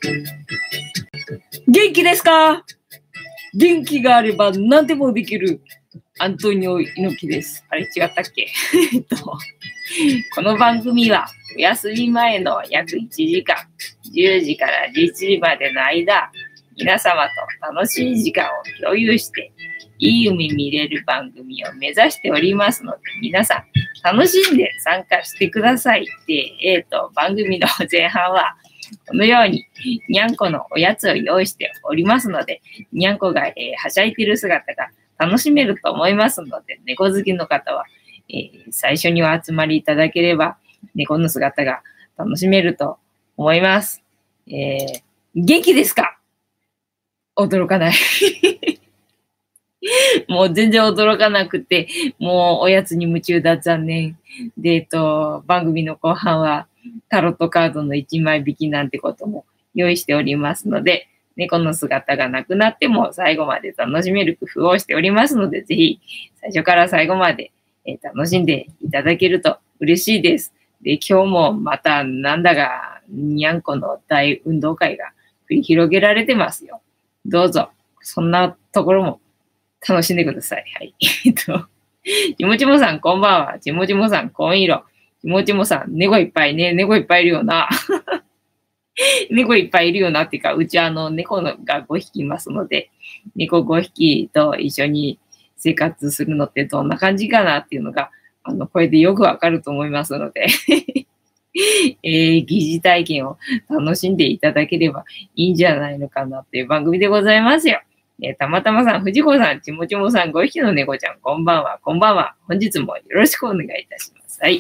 元気ですか？元気があれば何でもできるアントニオ猪木です。あれ違ったっけ？この番組はお休み前の約1時間、10時から11時までの間、皆様と楽しい時間を共有して、いい夢見れる番組を目指しておりますので、皆さん楽しんで参加してください。で、番組の前半は、このようににゃんこのおやつを用意しておりますので、にゃんこが、はしゃいでいる姿が楽しめると思いますので、猫好きの方は、最初にお集まりいただければ、猫の姿が楽しめると思います。元気ですか？驚かない。もう全然驚かなくて、もうおやつに夢中だ、残念。で、番組の後半はタロットカードの1枚引きなんてことも用意しておりますので、猫の姿がなくなっても最後まで楽しめる工夫をしておりますので、ぜひ最初から最後まで楽しんでいただけると嬉しいです。で、今日もまたなんだかにゃんこの大運動会が繰り広げられてますよ。どうぞ、そんなところも楽しんでください。はい。ちもちもさん、こんばんは。ちもちもさん、紺色。ちもちもさん、猫いっぱいね。猫いっぱいいるよな。猫いっぱいいるよなっていうか、うち猫が5匹いますので、猫5匹と一緒に生活するのってどんな感じかなっていうのが、これでよくわかると思いますので、疑似体験を楽しんでいただければいいんじゃないのかなっていう番組でございますよ。たまたまさん、藤子さん、ちもちもさん、5匹の猫ちゃん、こんばんは、こんばんは。本日もよろしくお願いいたします。はい。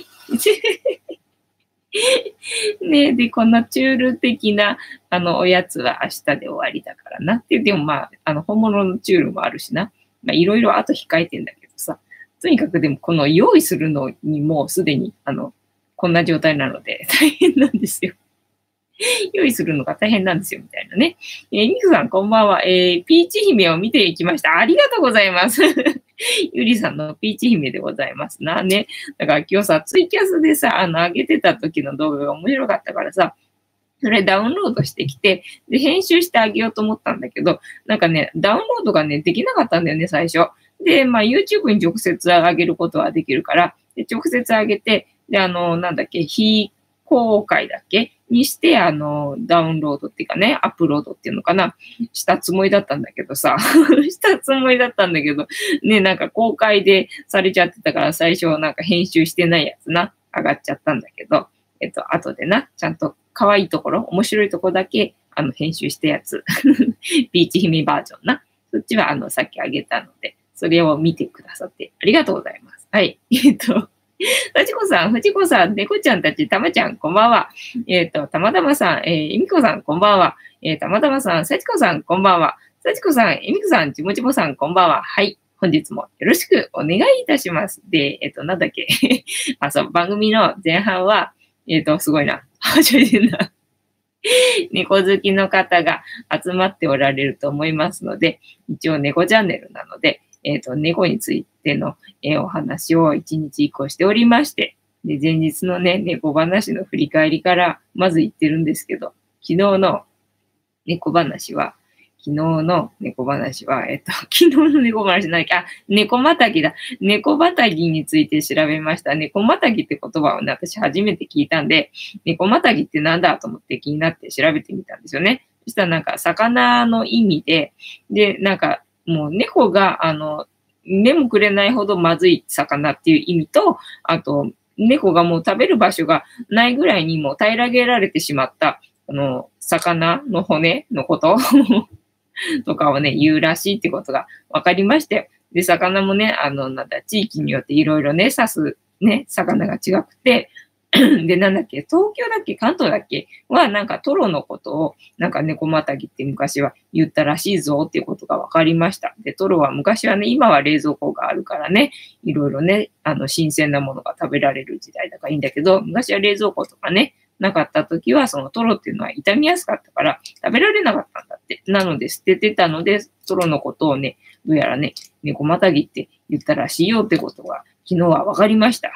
ねで、こんなチュール的な、おやつは明日で終わりだからなっていう、でもまあ、本物のチュールもあるしな。まあ、いろいろ後控えてんだけどさ。とにかくでも、この用意するのにもうすでに、こんな状態なので大変なんですよ。用意するのが大変なんですよ、みたいなね。ミクさん、こんばんは。ピーチ姫を見ていきました。ありがとうございます。ゆりさんのピーチ姫でございますな。ね。だから今日さ、ツイキャスでさ、上げてた時の動画が面白かったからさ、それダウンロードしてきて、で、編集してあげようと思ったんだけど、なんかね、ダウンロードがね、できなかったんだよね、最初。で、まあ、YouTube に直接上げることはできるから、で直接上げて、で、なんだっけ、非公開だっけにして、ダウンロードっていうかね、アップロードっていうのかな、したつもりだったんだけどさ、したつもりだったんだけど、ね、なんか公開でされちゃってたから、最初なんか編集してないやつな、上がっちゃったんだけど、後でな、ちゃんと可愛いところ、面白いところだけ、編集したやつ、ピーチ姫バージョンな、そっちはさっきあげたので、それを見てくださってありがとうございます。はい。幸子さん、藤子さん、猫ちゃんたち、たまちゃん、こんばんは。たまたまさん、えみこさん、こんばんは。たまたまさん、幸子さん、こんばんは。幸子さん、えみこさん、ちもちもさん、こんばんは。はい。本日もよろしくお願いいたします。で、なんだっけ。そう、番組の前半は、すごいな。初めてな。猫好きの方が集まっておられると思いますので、一応猫チャンネルなので、猫についての、お話を1日1個しておりまして、で、前日のね、猫話の振り返りからまず言ってるんですけど、昨日の猫話は、昨日の猫話ないか、猫またぎだ。猫またぎについて調べました。猫またぎって言葉をね、私初めて聞いたんで、猫またぎってなんだと思って気になって調べてみたんですよね。そしたらなんか、魚の意味で、で、なんか、もう猫が、目もくれないほどまずい魚っていう意味と、あと、猫がもう食べる場所がないぐらいにもう平らげられてしまった、魚の骨のこととかをね、言うらしいってことが分かりまして。で、魚もね、地域によっていろいろね、刺すね、魚が違くて、で、なんだっけ、東京だっけ、関東だっけは、なんかトロのことを、なんか猫またぎって昔は言ったらしいぞっていうことが分かりました。で、トロは昔はね、今は冷蔵庫があるからね、いろいろね、新鮮なものが食べられる時代だからいいんだけど、昔は冷蔵庫とかね、なかった時は、そのトロっていうのは傷みやすかったから食べられなかったんだって。なので捨ててたので、トロのことをね、どうやらね、猫またぎって言ったらしいよってことが昨日は分かりました。はい。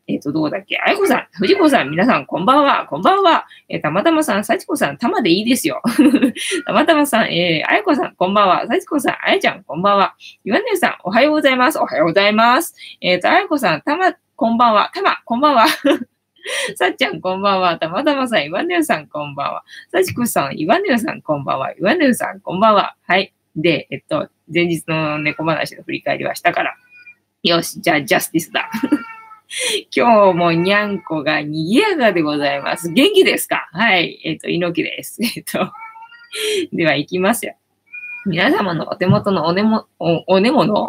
どこだっけ、あやこさん、藤子さん、皆さん、こんばんは、こんばんは。たまたまさん、さちこさん、たまでいいですよ。たまたまさん、あやこさん、こんばんは。さちこさん、あやちゃん、こんばんは。岩根さん、おはようございます。おはようございます。あやこさん、こんばんは。こんばんは。さっちゃん、こんばんは。たまたまさん、岩根さん、こんばんは。さちこさん、岩根さん、こんばんは。岩根さん、こんばんは。はい。で、前日の猫話の振り返りはしたから。よし、じゃあ、ジャスティスだ。今日もにゃんこが賑やかでございます。元気ですか？はい。猪木です。では行きますよ。皆様のお手元のおねもの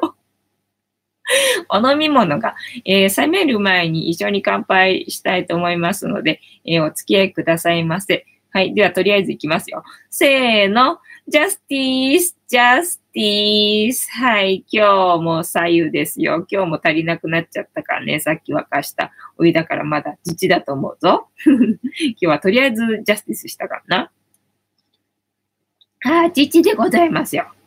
お飲み物が、冷める前に一緒に乾杯したいと思いますので、お付き合いくださいませ。はい。では、とりあえず行きますよ。せーの。ジャスティス、ジャスティス。はい。今日も左右ですよ。今日も足りなくなっちゃったからね。さっき沸かしたお湯だからまだ父だと思うぞ。今日はとりあえずジャスティスしたからな。父でございますよ。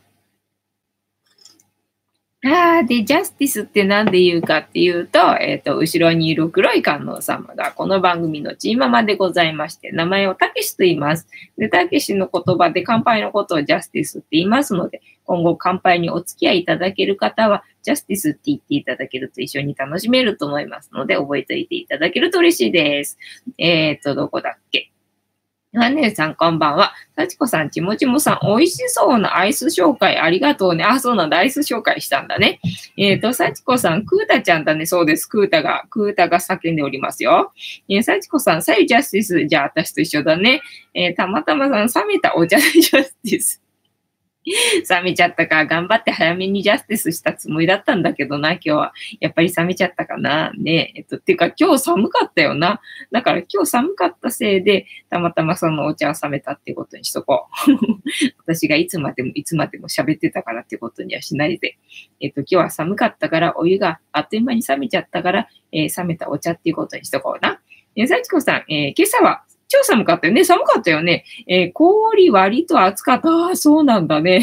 で、ジャスティスって何で言うかっていうと、後ろにいる黒い観音様がこの番組のチーママでございまして、名前をたけしと言います。で、たけしの言葉で乾杯のことをジャスティスって言いますので、今後乾杯にお付き合いいただける方は、ジャスティスって言っていただけると一緒に楽しめると思いますので、覚えておいていただけると嬉しいです。どこだっけ？ワネさん、こんばんは。さちこさん、ちもちもさん、美味しそうなアイス紹介ありがとうね。そうなんだ。アイス紹介したんだね。さちこさん、クータちゃんだね。そうです。クータが叫んでおりますよ。さちこさん、さゆジャスティス。じゃあ、私と一緒だね。たまたまさん、冷めたお茶でジャスティス。冷めちゃったか、頑張って早めにジャスティスしたつもりだったんだけどな、今日は。やっぱり冷めちゃったかな。ねっていうか今日寒かったよな。だから今日寒かったせいで、たまたまそのお茶は冷めたっていうことにしとこう。私がいつまでも喋ってたからっていうことにはしないで。今日は寒かったから、お湯があっという間に冷めちゃったから、冷めたお茶っていうことにしとこうな。さちこさん、今朝は超寒かったよね。寒かったよね。氷割と暑かった。そうなんだね。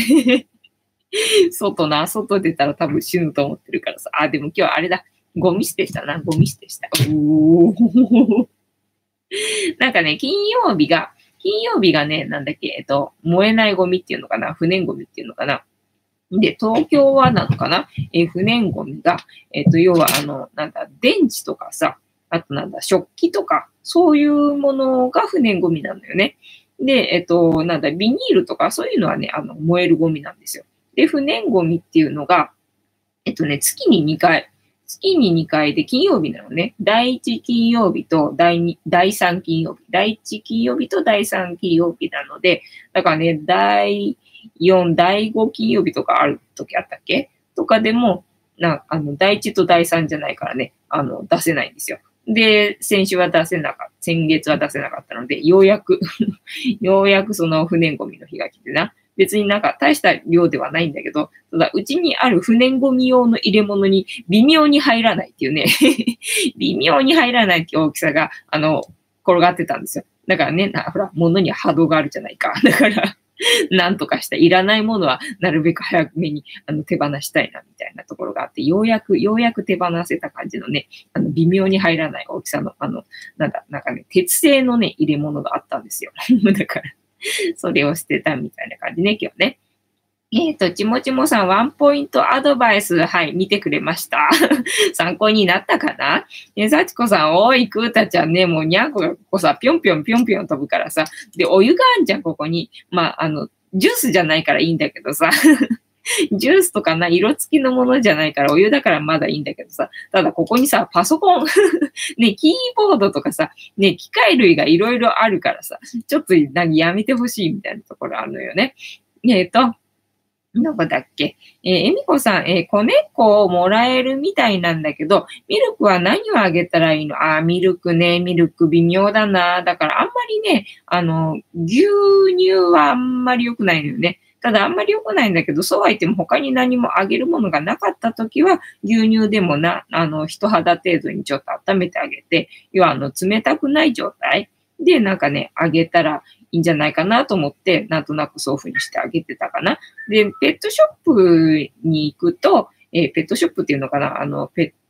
外出たら多分死ぬと思ってるからさ。でも今日はあれだ。ゴミ捨てしたな。ゴミ捨てした。なんかね、金曜日がね、なんだっけ、燃えないゴミっていうのかな。不燃ゴミっていうのかな。で、東京はなのかな、不燃ゴミが、要は電池とかさ、あと食器とか、そういうものが不燃ゴミなんだよね。で、ビニールとか、そういうのはね、燃えるゴミなんですよ。で、不燃ゴミっていうのが、月に2回で金曜日なのね。第1金曜日と第3金曜日。第1金曜日と第3金曜日なので、だからね、第4、第5金曜日とかある時あったっけとかでも、第1と第3じゃないからね、出せないんですよ。で、先月は出せなかったので、ようやくその不燃ゴミの日が来てな。別に大した量ではないんだけど、ただうちにある不燃ゴミ用の入れ物に微妙に入らないっていうね、微妙に入らないっていう大きさが、転がってたんですよ。だからね、ほら、物には波動があるじゃないか。だから、なんとかした。いらないものはなるべく早めに手放したいな、みたいなところがあって、ようやく手放せた感じのね、微妙に入らない大きさの、鉄製のね、入れ物があったんですよ。だから、それを捨てたみたいな感じね、今日ね。ちもちもさん、ワンポイントアドバイス、はい、見てくれました。参考になったかな？さちこさん、おい、くーたちゃんね、もうにゃんこがここさ、ぴょんぴょん飛ぶからさ、で、お湯があんじゃん、ここに。ジュースじゃないからいいんだけどさ、ジュースとか色付きのものじゃないからお湯だからまだいいんだけどさ、ただここにさ、パソコン、ね、キーボードとかさ、ね、機械類がいろいろあるからさ、ちょっとやめてほしいみたいなところあるのよね。どこだっけ？えみこさん、子猫をもらえるみたいなんだけど、ミルクは何をあげたらいいの？ミルクね、ミルク微妙だな。だからあんまりね、牛乳はあんまり良くないのよね。ただあんまり良くないんだけど、そうは言っても他に何もあげるものがなかったときは、牛乳でも人肌程度にちょっと温めてあげて、要は冷たくない状態であげたらいいんじゃないかなと思って、なんとなくそういう風にしてあげてたかな。で、ペットショップに行くと、ペットショップっていうのかな、ペッ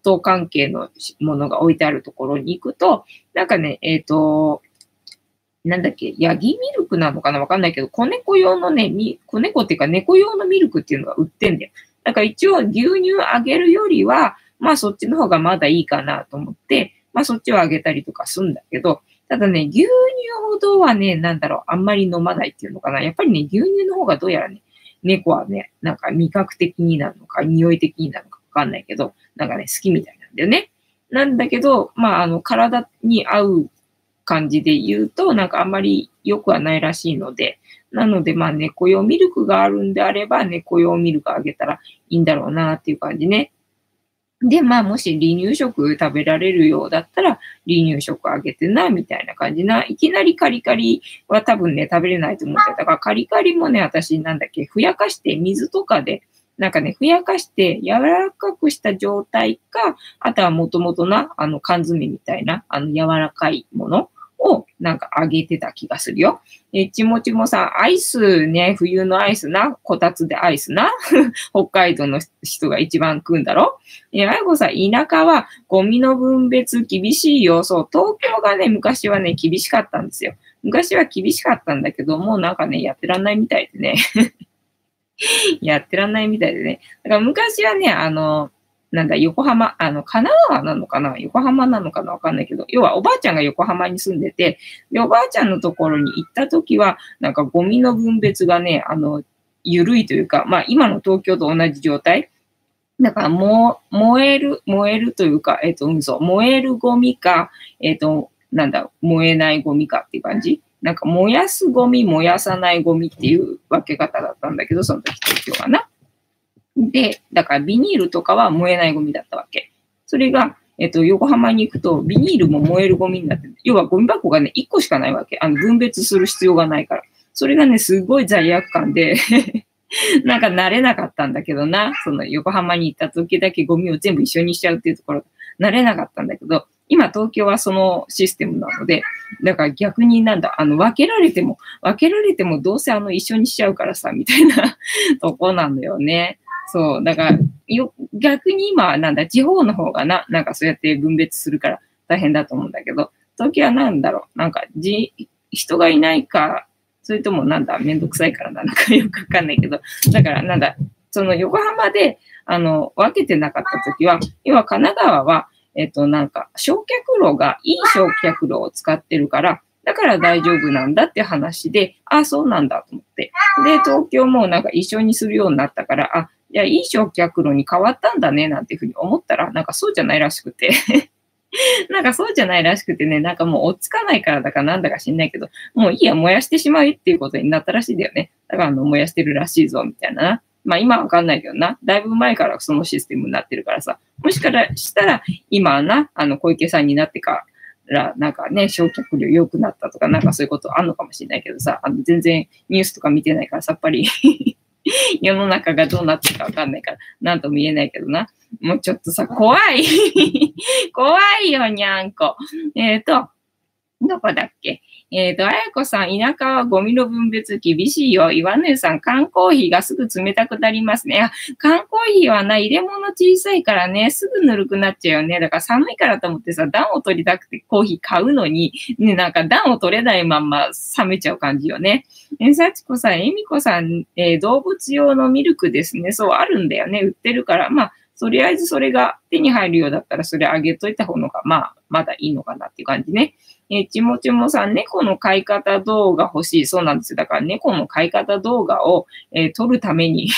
ト関係のものが置いてあるところに行くと、なんかね、なんだっけ、ヤギミルクなのかなわかんないけど、子猫用のね、子猫っていうか猫用のミルクっていうのが売ってんだよ。だから一応牛乳あげるよりは、まあそっちの方がまだいいかなと思って、まあそっちをあげたりとかするんだけど、ただね、牛乳ほどはね、なんだろう、あんまり飲まないっていうのかな。やっぱりね、牛乳の方がどうやらね、猫はね、なんか味覚的になるのか、匂い的になるのかわかんないけど、なんかね、好きみたいなんだよね。なんだけど、まあ、体に合う感じで言うと、なんかあんまり良くはないらしいので、なので、まあ、猫用ミルクがあるんであれば、猫用ミルクあげたらいいんだろうなっていう感じね。で、まあ、もし離乳食食べられるようだったら、離乳食あげてな、みたいな感じな。いきなりカリカリは多分ね、食べれないと思ってたから、カリカリもね、私なんだっけ、ふやかして水とかで、なんかね、ふやかして柔らかくした状態か、あとはもともとな、缶詰みたいな、柔らかいものをなんかあげてた気がするよ。ちもちもさ、アイスね、冬のアイスな、こたつでアイスな、北海道の人が一番食うんだろ。あやこさ、田舎はゴミの分別厳しいよ。そう、東京がね、昔はね、厳しかったんですよ。昔は厳しかったんだけど、もうなんかね、やってらんないみたいでね。やってらんないみたいでね。だから昔はね、なんだ、横浜、神奈川なのかな横浜なのかなわかんないけど、要はおばあちゃんが横浜に住んでて、で、おばあちゃんのところに行った時は、なんかゴミの分別がね、緩いというか、まあ今の東京と同じ状態。だから燃えるというか、そう、燃えるゴミか、なんだ、燃えないゴミかっていう感じ。なんか燃やすゴミ、燃やさないゴミっていう分け方だったんだけど、その時東京はな。で、だからビニールとかは燃えないゴミだったわけ。それが、横浜に行くと、ビニールも燃えるゴミになってる。要はゴミ箱がね、1個しかないわけ。分別する必要がないから。それがね、すごい罪悪感でなんか慣れなかったんだけどな。その横浜に行った時だけゴミを全部一緒にしちゃうっていうところ、慣れなかったんだけど、今東京はそのシステムなので、だから逆になんだ、分けられてもどうせ一緒にしちゃうからさ、みたいなとこなんだよね。そう。だから、逆に今はなんだ、地方の方がなんかそうやって分別するから大変だと思うんだけど、東京はなんだろう、なんか人がいないか、それともなんだ、めんどくさいからなんかよくわかんないけど、だからなんだ、その横浜で、分けてなかった時は、要は神奈川は、なんか、焼却炉がいい焼却炉を使ってるから、だから大丈夫なんだって話で、あ、そうなんだと思って。で、東京もなんか一緒にするようになったから、あ、いや、いい焼却炉に変わったんだね、なんていうふうに思ったら、なんかそうじゃないらしくて。なんかそうじゃないらしくてね、なんかもう落ち着かないからだかなんだか知んないけど、もういいや、燃やしてしまえっていうことになったらしいんだよね。だから燃やしてるらしいぞ、みたいなな。まあ今はわかんないけどな。だいぶ前からそのシステムになってるからさ。もしかしたら、今はな、小池さんになってからなんかね、焼却量良くなったとか、なんかそういうことあんのかもしれないけどさ、全然ニュースとか見てないからさっぱり世の中がどうなってるかわかんないから、なんとも言えないけどな。もうちょっとさ、怖い怖いよ、にゃんこ。どこだっけあやこさん、田舎はゴミの分別厳しいよ。岩根さん、缶コーヒーがすぐ冷たくなりますね。缶コーヒーはな、入れ物小さいからね、すぐぬるくなっちゃうよね。だから寒いからと思ってさ、暖を取りたくてコーヒー買うのに、ね、なんか暖を取れないまんま冷めちゃう感じよね。さちこさん、えみこさん、動物用のミルクですね。そう、あるんだよね。売ってるから。まあ、とりあえずそれが手に入るようだったら、それあげといた方が、まあ、まだいいのかなっていう感じね。ちもちもさん、猫の飼い方動画欲しい。そうなんですよ。だから猫の飼い方動画を、撮るために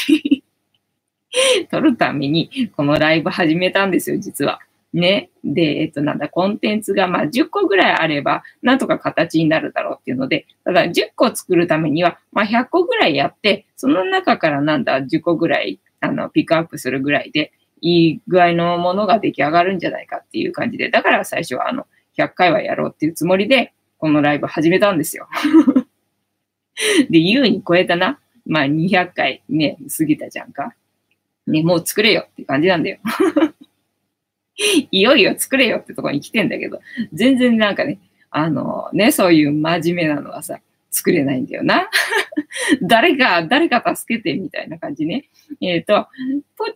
このライブ始めたんですよ、実は。ね。で、なんだ、コンテンツが、まあ、10個ぐらいあれば、なんとか形になるだろうっていうので、ただ、10個作るためには、まあ、100個ぐらいやって、その中からなんだ、10個ぐらい、ピックアップするぐらいで、いい具合のものが出来上がるんじゃないかっていう感じで、だから最初は、100回はやろうっていうつもりで、このライブ始めたんですよ。で、優に超えたな。まあ、200回ね、過ぎたじゃんか。ね、もう作れよって感じなんだよ。いよいよ作れよってところに来てんだけど、全然なんかね、そういう真面目なのはさ、作れないんだよな。誰か助けてみたいな感じね。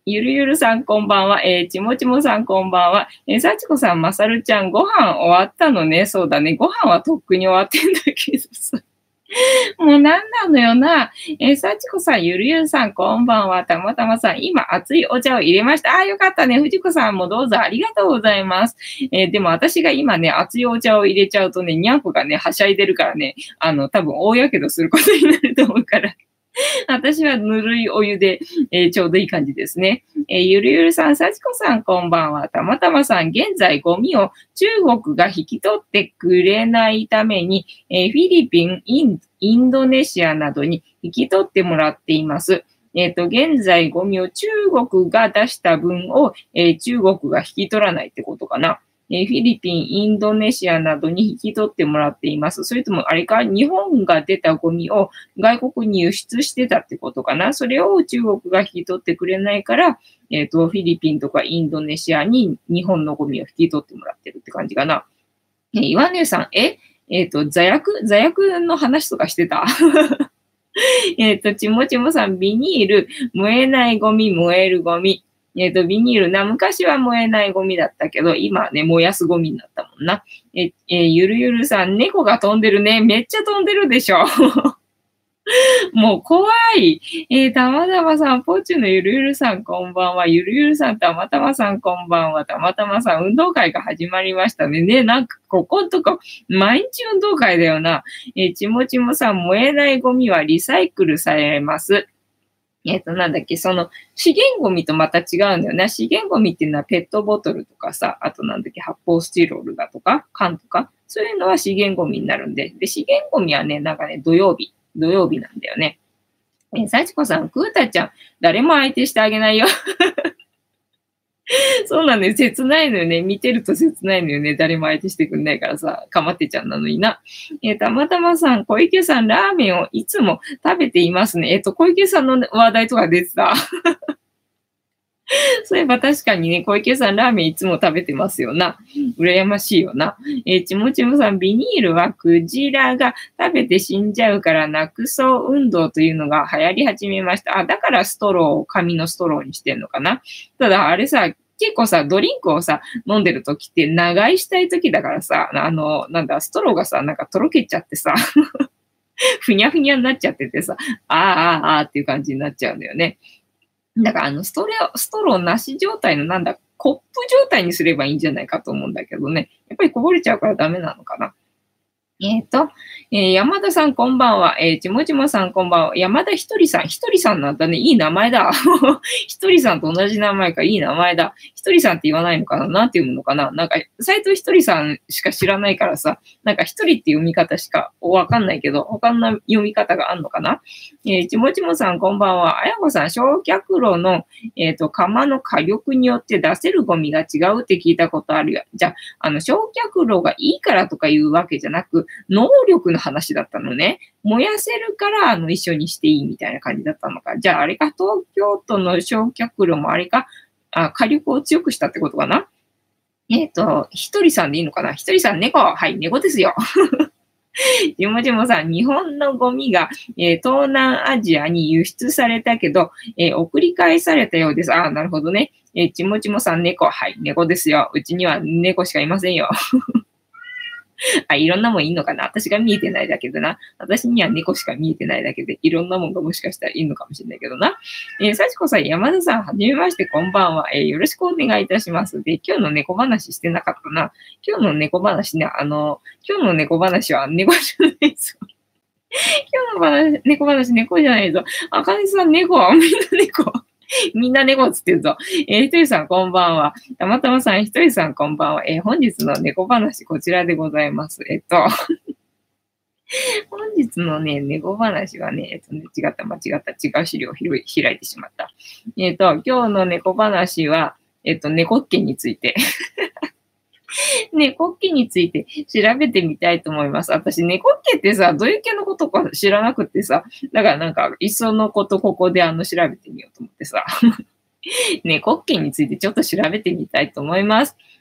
ゆるゆるさんこんばんは。ちもちもさんこんばんは。さちこさん、まさるちゃん、ご飯終わったのね。そうだね。ご飯はとっくに終わってんだけどさ。もうなんなのよな。さちこさん、ゆるゆるさん、こんばんは。たまたまさん、今、熱いお茶を入れました。ああ、よかったね。藤子さんもどうぞありがとうございます。でも私が今ね、熱いお茶を入れちゃうとね、にゃんこがね、はしゃいでるからね、多分大やけどすることになると思うから。私はぬるいお湯で、ちょうどいい感じですね。ゆるゆるさん、さちこさん、こんばんは。たまたまさん、現在ゴミを中国が引き取ってくれないために、フィリピン、インドネシアなどに引き取ってもらっています。現在ゴミを中国が出した分を、中国が引き取らないってことかな。フィリピン、インドネシアなどに引き取ってもらっています。それとも、あれか、日本が出たゴミを外国に輸出してたってことかな。それを中国が引き取ってくれないから、フィリピンとかインドネシアに日本のゴミを引き取ってもらってるって感じかな。岩根さん、座薬の話とかしてたちもちもさん、ビニール、燃えないゴミ、燃えるゴミ。ビニールな、昔は燃えないゴミだったけど、今ね、燃やすゴミになったもんな。ゆるゆるさん、猫が飛んでるね。めっちゃ飛んでるでしょ。もう怖い。たまたまさん、ポチュのゆるゆるさん、こんばんは。ゆるゆるさん、たまたまさん、こんばんは。たまたまさん、運動会が始まりましたね。ね、なんか、ここんとこ、毎日運動会だよな。ちもちもさん、燃えないゴミはリサイクルされます。なんだっけ、その、資源ゴミとまた違うんだよね。資源ゴミっていうのはペットボトルとかさ、あとなんだっけ、発泡スチロールだとか、缶とか、そういうのは資源ゴミになるんで、で、資源ゴミはね、なんかね、土曜日なんだよね。幸子さん、クータちゃん、誰も相手してあげないよ。そうなんだよ。切ないのよね。見てると切ないのよね。誰も相手してくんないからさ、かまってちゃんなのにな。たまたまさん、小池さん、ラーメンをいつも食べていますね。小池さんの話題とか出てた。そういえば確かにね、小池さんラーメンいつも食べてますよな。羨ましいよな。ちもちもさん、ビニールはクジラが食べて死んじゃうからなくそう運動というのが流行り始めました。あ、だからストローを紙のストローにしてんのかな。ただあれさ、結構さ、ドリンクをさ、飲んでる時って長居したい時だからさ、なんだ、ストローがさ、なんかとろけちゃってさ、ふにゃふにゃになっちゃっててさ、あーっていう感じになっちゃうんだよね。だからストローなし状態のなんだ、コップ状態にすればいいんじゃないかと思うんだけどね。やっぱりこぼれちゃうからダメなのかな。山田さんこんばんは。ちもちもさんこんばんは。山田ひとりさん。ひとりさんなんだね。いい名前だ。ひとりさんと同じ名前か。いい名前だ。ひとりさんって言わないのかな。なんて読むのかな。なんか、斎藤ひとりさんしか知らないからさ、なんかひとりって読み方しかわかんないけど、他の読み方があんのかな。ちもちもさんこんばんは。あやこさん、焼却炉の、釜の火力によって出せるゴミが違うって聞いたことあるよ。じゃあ、焼却炉がいいからとかいうわけじゃなく、能力の話だったのね。燃やせるから、一緒にしていいみたいな感じだったのか。じゃあ、あれか、東京都の焼却炉もあれか、火力を強くしたってことかな。ひとりさんでいいのかな。ひとりさん、猫。はい、猫ですよ。じもじもさん、日本のゴミが、東南アジアに輸出されたけど、送り返されたようです。なるほどね。ちもちもさん、猫。はい、猫ですよ。うちには猫しかいませんよ。いろんなもんいいのかな。私が見えてないだけでな。私には猫しか見えてないだけで、いろんなもんがもしかしたらいいのかもしれないけどな。幸子さん、山田さん、はじめまして、こんばんは。よろしくお願いいたします。で、今日の猫話してなかったな。今日の猫話ね、今日の猫話は猫じゃないぞ。今日の猫話、猫じゃないぞ。あかねさん、猫はみんな猫。みんな猫つってるぞ。ひとりさんこんばんは。たまたまさん、ひとりさんこんばんは。本日の猫話こちらでございます。本日のね、猫話はね、違った、間違った、違う資料を開いてしまった。今日の猫話は、猫っ毛について。猫っ毛について調べてみたいと思います。私、猫っ毛ってさ、どういう毛のことか知らなくってさ、だからなんか、いっそのことここで調べてみようと思ってさ、猫っ毛についてちょっと調べてみたいと思います。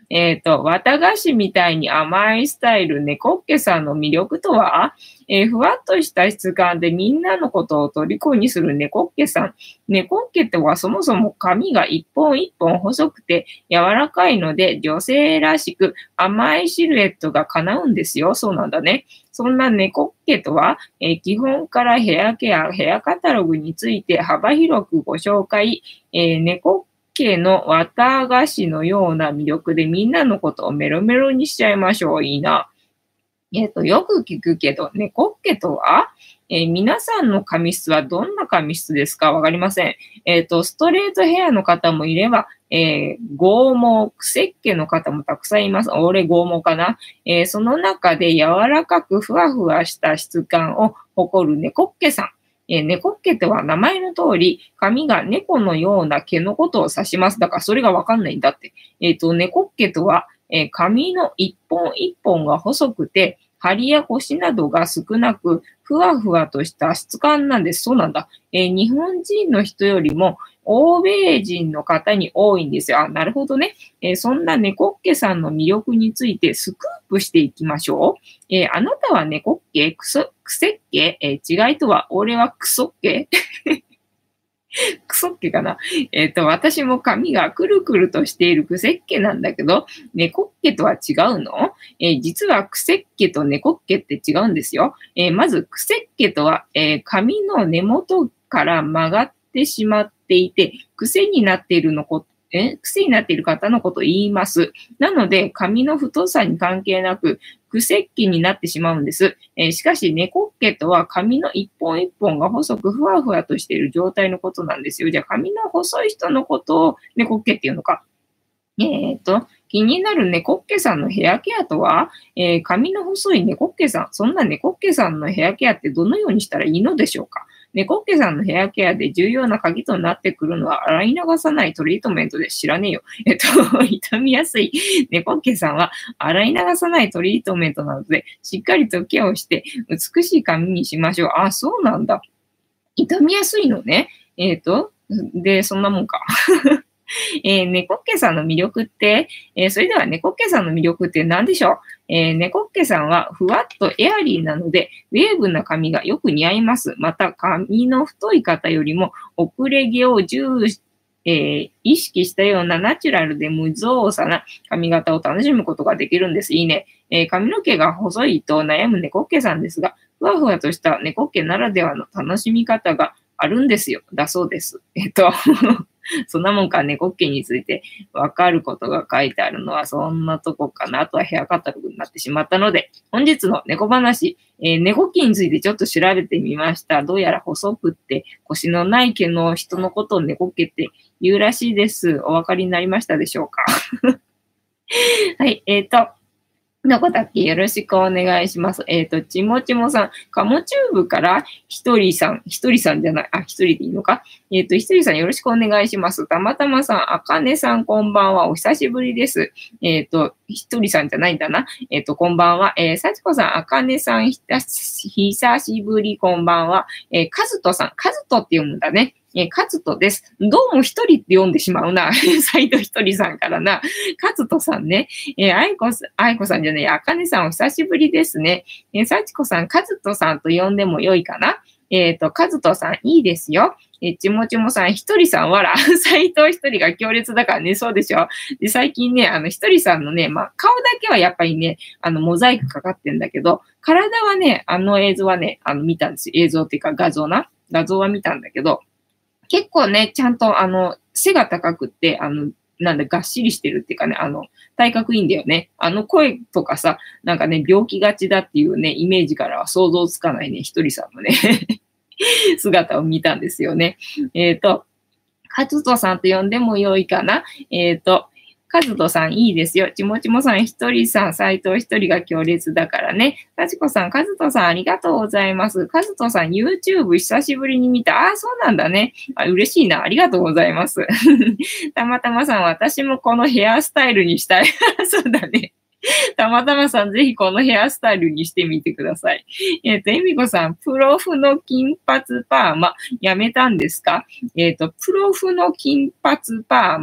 綿菓子みたいに甘いスタイル、猫っけさんの魅力とは、ふわっとした質感でみんなのことを虜にする猫っけさん。猫っけとはそもそも髪が一本一本細くて柔らかいので女性らしく甘いシルエットが叶うんですよ。そうなんだね。そんな猫っけとは、基本からヘアケア、ヘアカタログについて幅広くご紹介、猫っけの綿菓子のような魅力でみんなのことをメロメロにしちゃいましょう。いいな。よく聞くけど、猫っけとは、皆さんの髪質はどんな髪質ですか？わかりません。ストレートヘアの方もいれば、剛毛、癖っ気の方もたくさんいます。俺剛毛かな。その中で柔らかくふわふわした質感を誇る猫っけさん。猫っけとは名前の通り、髪が猫のような毛のことを指します。だからそれがわかんないんだって。猫っけとは、髪の一本一本が細くて、張りやコシなどが少なく、ふわふわとした質感なんです。そうなんだ。日本人の人よりも、欧米人の方に多いんですよ。あ、なるほどね。そんな猫っけさんの魅力についてスクープしていきましょう。あなたは猫っけ、癖っけ、違いとは、俺はクソっけクソっけかな。私も髪がくるくるとしているクセっ気なんだけど、猫っ気とは違うの？実はクセっ気と猫っ気って違うんですよ。まず、クセっ気とは、髪の根元から曲がってしまっていて、癖になっている癖になっている方のことを言います。なので、髪の太さに関係なく、癖っ気になってしまうんです。しかし、猫っ毛とは髪の一本一本が細くふわふわとしている状態のことなんですよ。じゃあ、髪の細い人のことを猫っ毛っていうのか。気になる猫っ毛さんのヘアケアとは、髪の細い猫っ毛さん、そんな猫っ毛さんのヘアケアってどのようにしたらいいのでしょうか？猫っ毛さんのヘアケアで重要な鍵となってくるのは、洗い流さないトリートメントで知らねえよ。傷みやすい猫っ毛さんは、洗い流さないトリートメントなので、しっかりとケアをして、美しい髪にしましょう。あ、そうなんだ。傷みやすいのね。で、そんなもんか。猫っけさんの魅力って、それでは猫っけさんの魅力って何でしょう？猫っけさんはふわっとエアリーなので、ウェーブな髪がよく似合います。また、髪の太い方よりも遅れ毛を意識したようなナチュラルで無造作な髪型を楽しむことができるんです。いいね。髪の毛が細いと悩む猫っけさんですが、ふわふわとした猫っけならではの楽しみ方があるんですよ。だそうです。そんなもんか、猫っ毛についてわかることが書いてあるのはそんなとこかな。あとはヘアカタログになってしまったので、本日の猫話、猫毛についてちょっと調べてみました。どうやら細くって腰のない毛の人のことを猫毛って言うらしいです。お分かりになりましたでしょうか？はい、どこだっけ？よろしくお願いします。ちもちもさん、カモチューブからひとりさんじゃない、あ、一人でいいのか？ひとりさんよろしくお願いします。たまたまさん、あかねさんこんばんは、お久しぶりです。ひとりさんじゃないんだな。こんばんは。さちこさん、あかねさん、久しぶり、こんばんは。かずとさん、かずとって読むんだね。カズトです。どうも一人って読んでしまうな。斎藤ひとりさんからな。カズトさんね。あいこさんじゃない、あかねさんお久しぶりですね。さちこさん、カズトさんと呼んでもよいかな。カズトさんいいですよ。ちもちもさん、ひとりさんわら。斎藤ひとりが強烈だからね、そうでしょ。で、最近ね、ひとりさんのね、顔だけはやっぱりね、モザイクかかってんだけど、体はね、映像はね、見たんですよ。映像っていうか画像は見たんだけど、結構ね、ちゃんと背が高くって、がっしりしてるっていうかね、体格いいんだよね。声とかさ、なんかね、病気がちだっていうね、イメージからは想像つかないね、ひとりさんのね、姿を見たんですよね。カズトさんと呼んでもよいかな。カズトさんいいですよ。ちもちもさんひとりさん、斎藤ひとりが強烈だからね。さちこさん、カズトさんありがとうございます。カズトさん YouTube 久しぶりに見た。ああ、そうなんだね。嬉しいな。ありがとうございます。たまたまさん、私もこのヘアスタイルにしたい。そうだね。たまたまさん、ぜひこのヘアスタイルにしてみてください。えみこさん、プロフの金髪パーマ、やめたんですか？プロフの金髪パーマ、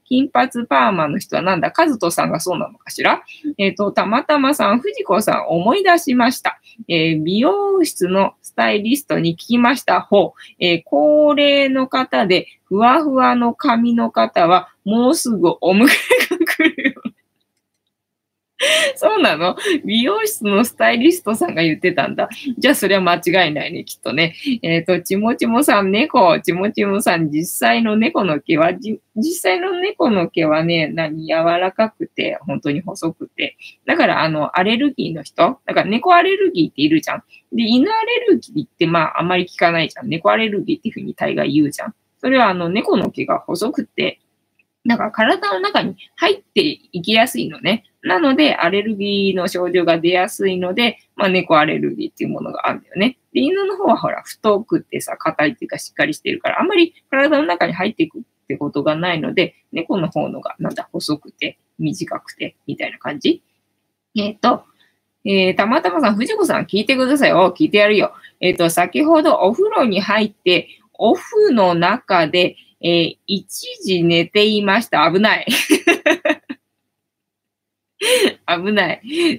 金髪パーマの人はなんだ、カズトさんがそうなのかしら。たまたまさん、藤子さん思い出しました。美容室のスタイリストに聞きました方、高齢の方でふわふわの髪の方はもうすぐお迎えが来るよ。そうなの？美容室のスタイリストさんが言ってたんだ。じゃあそれは間違いないね、きっとね。ちもちもさん、ちもちもさん、実際の猫の毛は、実際の猫の毛はね、柔らかくて、本当に細くて。だから、アレルギーの人、だから猫アレルギーっているじゃん。で、犬アレルギーって、あんまり聞かないじゃん。猫アレルギーっていうふうに大概言うじゃん。それは、猫の毛が細くて、だから体の中に入っていきやすいのね。なので、アレルギーの症状が出やすいので、猫アレルギーっていうものがあるんだよね。で、犬の方はほら、太くってさ、硬いっていうかしっかりしてるから、あんまり体の中に入っていくってことがないので、猫の方のが、細くて、短くて、みたいな感じ。たまたまさん、藤子さん聞いてくださいよ。聞いてやるよ。先ほどお風呂に入って、オフの中で、一時寝ていました。危ない。危ない。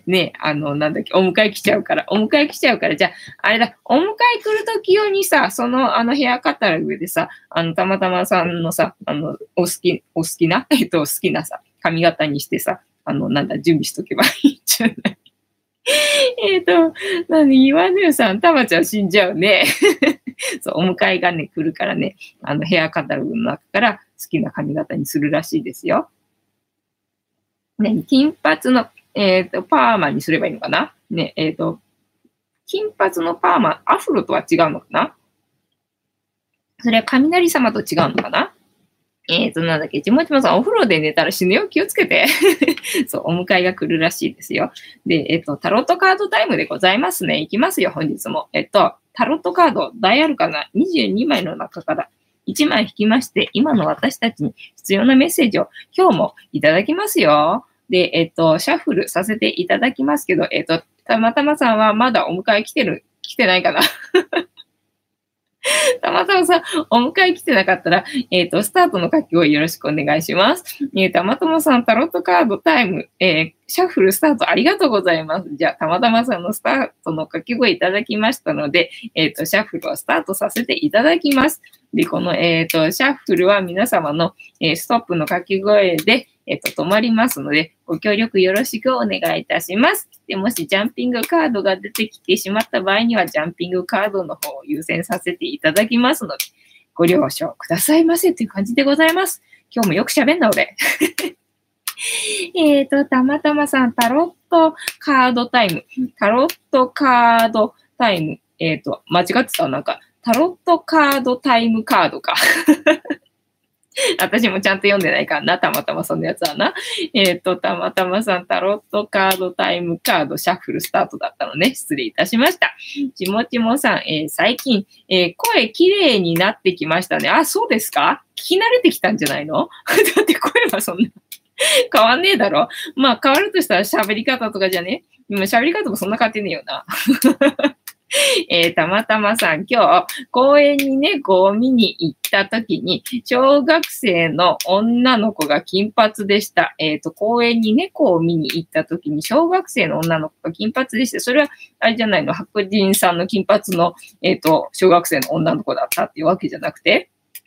ね、なんだっけ、お迎え来ちゃうから。じゃあ、あれだ、お迎え来るとき用にさ、その、ヘアカタログでさ、たまたまさんのさ、お好きな、好きなさ、髪型にしてさ、準備しとけばいいんじゃない？岩根さん、たまちゃん死んじゃうね。そう、お迎えがね、来るからね、ヘアカタログの中から好きな髪型にするらしいですよ。ね、金髪の、パーマにすればいいのかなね、金髪のパーマ、アフロとは違うのかな？それは雷様と違うのかな？なんだっけ、ちもちもさん、お風呂で寝たら死ぬよ。気をつけて。そう、お迎えが来るらしいですよ。で、タロットカードタイムでございますね。いきますよ、本日も。タロットカード、大あるかな？ 22 枚の中から1枚引きまして、今の私たちに必要なメッセージを今日もいただきますよ。で、シャッフルさせていただきますけど、たまたまさんはまだお迎え来てないかな？たまたまさん、お迎え来てなかったら、スタートの書き声よろしくお願いします。たまたまさん、タロットカードタイム、シャッフルスタートありがとうございます。じゃあ、たまたまさんのスタートの書き声いただきましたので、シャッフルをスタートさせていただきます。で、この、シャッフルは皆様の、ストップの書き声で、止まりますので、ご協力よろしくお願いいたします。で、もしジャンピングカードが出てきてしまった場合には、ジャンピングカードの方を優先させていただきますので、ご了承くださいませという感じでございます。今日もよく喋んな、俺。たまたまさん、タロットカードタイム。タロットカードタイム。間違ってた。タロットカードタイムカードか。私もちゃんと読んでないからな、たまたまそのやつはな。たまたまさん、タロットカードタイムカードシャッフルスタートだったのね。失礼いたしました。ちもちもさん、最近、声綺麗になってきましたね。あ、そうですか？聞き慣れてきたんじゃないの？だって声はそんな変わんねえだろ。変わるとしたら喋り方とかじゃね？今喋り方もそんな変わってねえよな。たまたまさん、今日、公園に猫を見に行った時に、小学生の女の子が金髪でした。公園に猫を見に行った時に、小学生の女の子が金髪でした。それは、あれじゃないの、白人さんの金髪の、小学生の女の子だったっていうわけじゃなくて、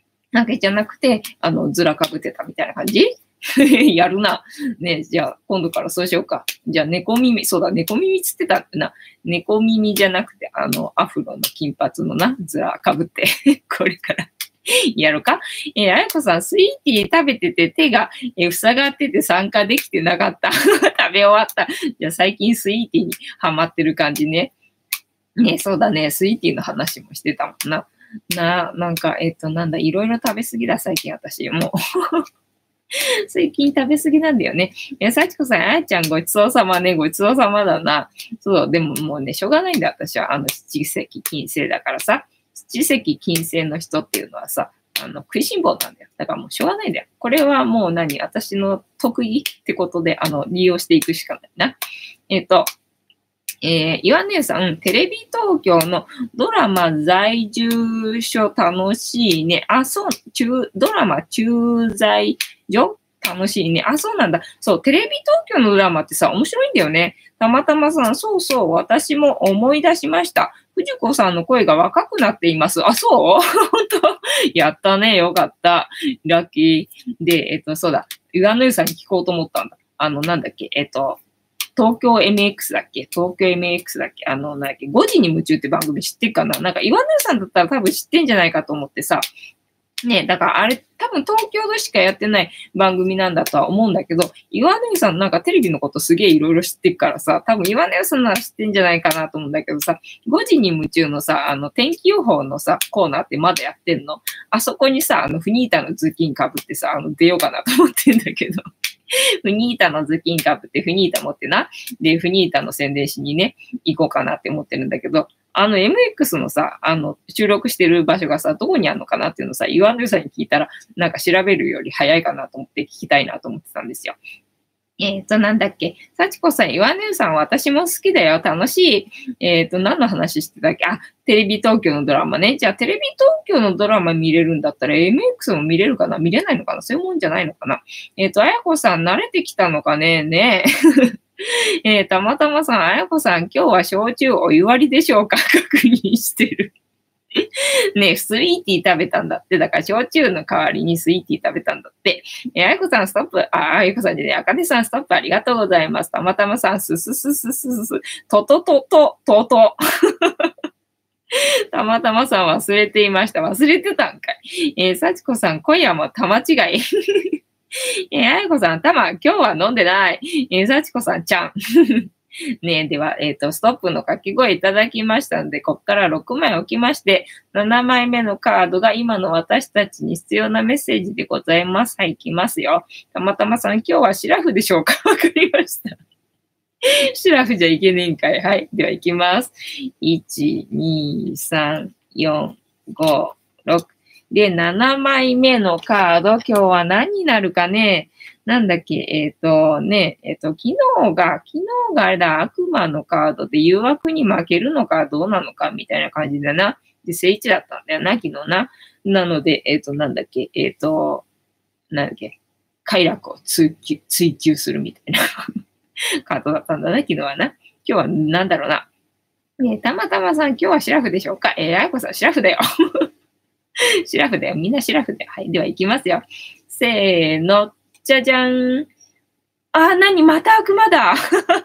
ずらかぶってたみたいな感じ？やるな。ね、じゃあ、今度からそうしようか。じゃあ、猫耳、そうだ、猫耳つってたってな。猫耳じゃなくて、アフロの金髪のな、ずらかぶって、これからやろうか。あやこさん、スイーティー食べてて手が、塞がってて参加できてなかった。食べ終わった。じゃあ、最近スイーティーにハマってる感じね。ね、そうだね、スイーティーの話もしてたもんな。いろいろ食べ過ぎだ、最近私。もう。最近食べ過ぎなんだよね。幸子さん、あやちゃんごちそうさまね。ごちそうさまだな。そう、でももうね、しょうがないんだよ。私は、七石金星だからさ。七石金星の人っていうのはさ、食いしん坊なんだよ。だからもうしょうがないんだよ。これはもう私の得意ってことで、利用していくしかないな。岩根さん、テレビ東京のドラマ在住所楽しいね。あ、そう、ドラマ駐在所楽しいね。あ、そうなんだ。そう、テレビ東京のドラマってさ、面白いんだよね。たまたまさん、そうそう、私も思い出しました。藤子さんの声が若くなっています。あ、そう本当やったね。よかった。ラッキー。で、そうだ。岩野湯さんに聞こうと思ったんだ。なんだっけ、東京 MX だっけ東京 MX だっけなんだっけ ?5 時に夢中って番組知ってるかななんか岩野湯さんだったら多分知ってんじゃないかと思ってさ。ね、だからあれ、多分東京でしかやってない番組なんだとは思うんだけど、岩根さんなんかテレビのことすげえいろいろ知ってるからさ、多分岩根さんなら知ってんじゃないかなと思うんだけどさ、5時に夢中のさ、天気予報のさ、コーナーってまだやってんの。あそこにさ、フニータの頭巾かぶってさ、出ようかなと思ってんだけど。フニータの頭巾かぶってフニータ持ってな。で、フニータの宣伝しにね、行こうかなって思ってるんだけど、MX のさ、収録してる場所がさ、どこにあるのかなっていうのをさ、岩根さんに聞いたら、なんか調べるより早いかなと思って聞きたいなと思ってたんですよ。なんだっけ。幸子さん、岩根さん、私も好きだよ。楽しい。何の話してたっけ。あ、テレビ東京のドラマね。じゃあ、テレビ東京のドラマ見れるんだったら、MX も見れるかな見れないのかなそういうもんじゃないのかなあやこさん、慣れてきたのかねねたまたまさん、あやこさん、今日は焼酎お湯割りでしょうか確認してる。ねスイーティー食べたんだって。だから、焼酎の代わりにスイーティー食べたんだって。あやこさん、ストップ。あやこさんじゃねあかねさん、ストップありがとうございます。たまたまさん、すすすすすす、とととと、とと。たまたまさん忘れていました。忘れてたんかい。さちこさん、今夜も玉違い。あやこさん、たま、今日は飲んでない。さちこさん、ちゃん。ねでは、ストップの掛け声いただきましたので、ここから6枚置きまして、7枚目のカードが今の私たちに必要なメッセージでございます。はい、いきますよ。たまたまさん、今日はシラフでしょうかわかりました。シラフじゃいけねえんかい。はい。では、いきます。1、2、3、4、5、6。で、7枚目のカード、今日は何になるかね。なんだっけ、昨日があれだ、悪魔のカードで誘惑に負けるのかどうなのかみたいな感じだな。で、聖一だったんだよな、昨日な。なので、なんだっけ、なんだっけ、快楽を追求するみたいなカードだったんだな、昨日はな。今日はなんだろうな。ねたまたまさん、今日はシラフでしょうかあやこさん、シラフだよ。シラフだよ。みんなシラフだよ。はい。では、いきますよ。せーの。じゃじゃん。また悪魔だ。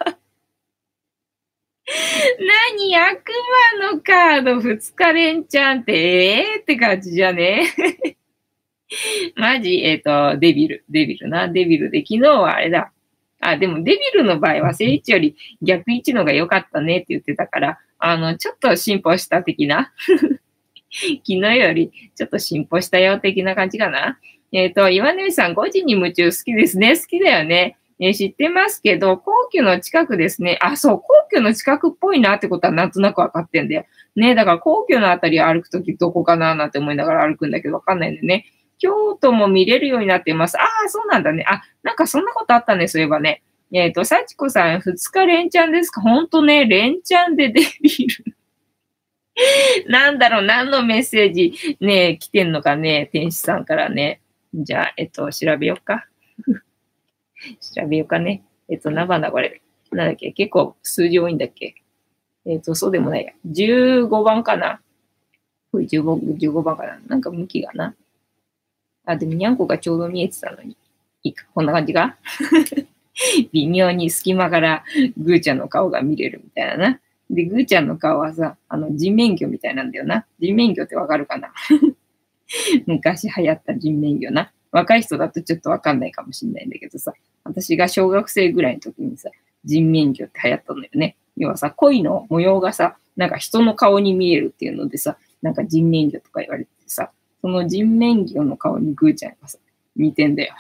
悪魔のカード2日連チャンってって感じじゃねマジデビルな。デビルで、昨日はあれだ。でもデビルの場合は正位置より逆位置のが良かったねって言ってたから、ちょっと進歩した的な。昨日よりちょっと進歩したよ的な感じかな。岩根さん、5時に夢中好きですね。好きだよね。知ってますけど、皇居の近くですね。そう、皇居の近くっぽいなってことはなんとなくわかってんだよ。ね、だから皇居のあたりを歩くときどこかななんて思いながら歩くんだけどわかんないんでね。京都も見れるようになっています。そうなんだね。なんかそんなことあったね、そういえばね。幸子さん、2日連チャンですかほんとね、連チャンでデビル。なんだろう、何のメッセージね、来てんのかね、天使さんからね。じゃあ、調べようか。調べようかね。何番だこれ。なんだっけ結構数字多いんだっけそうでもないや。15番かなこれ15番かななんか向きがな。でもにゃんこがちょうど見えてたのに。いいか。こんな感じか微妙に隙間からぐーちゃんの顔が見れるみたいなな。で、ぐーちゃんの顔はさ、人面魚みたいなんだよな。人面魚ってわかるかな昔流行った人面魚な。若い人だとちょっとわかんないかもしれないんだけどさ、私が小学生ぐらいの時にさ、人面魚って流行ったのよね。要はさ、鯉の模様がさ、なんか人の顔に見えるっていうのでさ、なんか人面魚とか言われてさ、その人面魚の顔にぐーちゃんがさ、似てんだよ。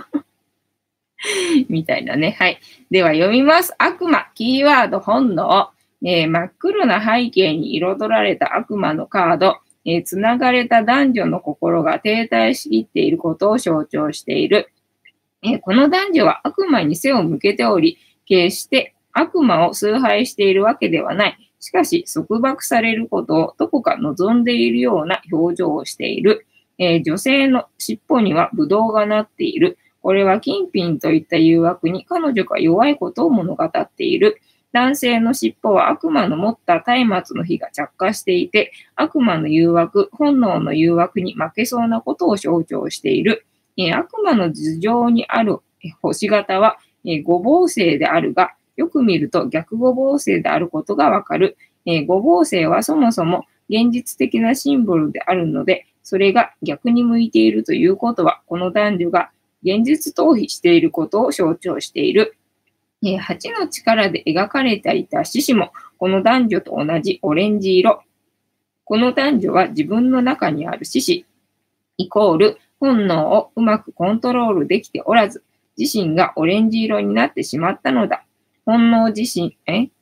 みたいなね。はい。では読みます。悪魔、キーワード、本能。真っ黒な背景に彩られた悪魔のカード。つながれた男女の心が停滞しきっていることを象徴している。この男女は悪魔に背を向けており、決して悪魔を崇拝しているわけではない。しかし、束縛されることをどこか望んでいるような表情をしている。女性の尻尾にはブドウがなっている。 これは金品といった誘惑に彼女が弱いことを物語っている。男性の尻尾は悪魔の持った松明の火が着火していて、悪魔の誘惑、本能の誘惑に負けそうなことを象徴している。悪魔の頭上にある星型は五芒星であるが、よく見ると逆五芒星であることがわかる。五芒星はそもそも現実的なシンボルであるので、それが逆に向いているということは、この男女が現実逃避していることを象徴している。8の力で描かれていた獅子も、この男女と同じオレンジ色。この男女は自分の中にある獅子、イコール本能をうまくコントロールできておらず、自身がオレンジ色になってしまったのだ。本能自身